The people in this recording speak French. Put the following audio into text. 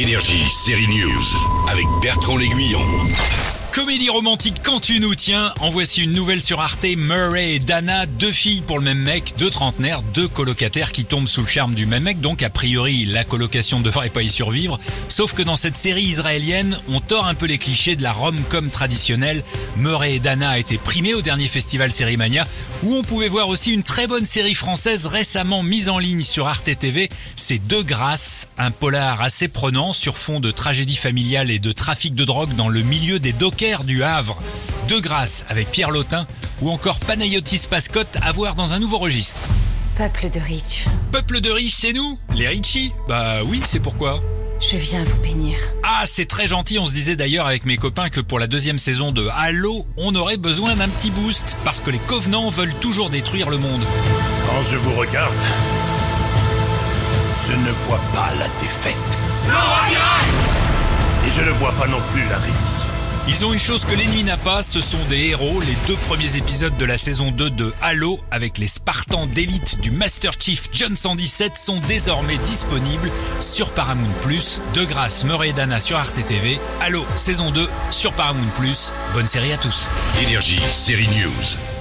Énergie, série News, avec Bertrand L'Aiguillon. Comédie romantique quand tu nous tiens, en voici une nouvelle sur Arte. Murray et Dana, deux filles pour le même mec, deux trentenaires, deux colocataires qui tombent sous le charme du même mec, donc a priori la colocation ne devrait pas y survivre. Sauf que dans cette série israélienne, on tord un peu les clichés de la rom-com traditionnelle. Murray et Dana a été primé au dernier festival Sérimania, où on pouvait voir aussi une très bonne série française récemment mise en ligne sur Arte TV, c'est De Grâce, un polar assez prenant sur fond de tragédie familiale et de trafic de drogue dans le milieu des dockers du Havre. De Grâce avec Pierre Lotin ou encore Panayotis Pascotte à voir dans un nouveau registre. Peuple de riches, Peuple de riches, c'est nous, les Richie. Bah oui, c'est pourquoi. je viens vous bénir. Ah, c'est très gentil, on se disait d'ailleurs avec mes copains que pour la deuxième saison de Halo, on aurait besoin d'un petit boost, parce que les Covenants veulent toujours détruire le monde. Quand je vous regarde, je ne vois pas la défaite. Et je ne vois pas non plus la reddition. Ils ont une chose que l'ennemi n'a pas, ce sont des héros. Les deux premiers épisodes de la saison 2 de Halo, avec les Spartans d'élite du Master Chief John 117, sont désormais disponibles sur Paramount+. De Grâce, Murray et Dana sur Arte TV. Halo, saison 2 sur Paramount+. Bonne série à tous. Énergie, série News.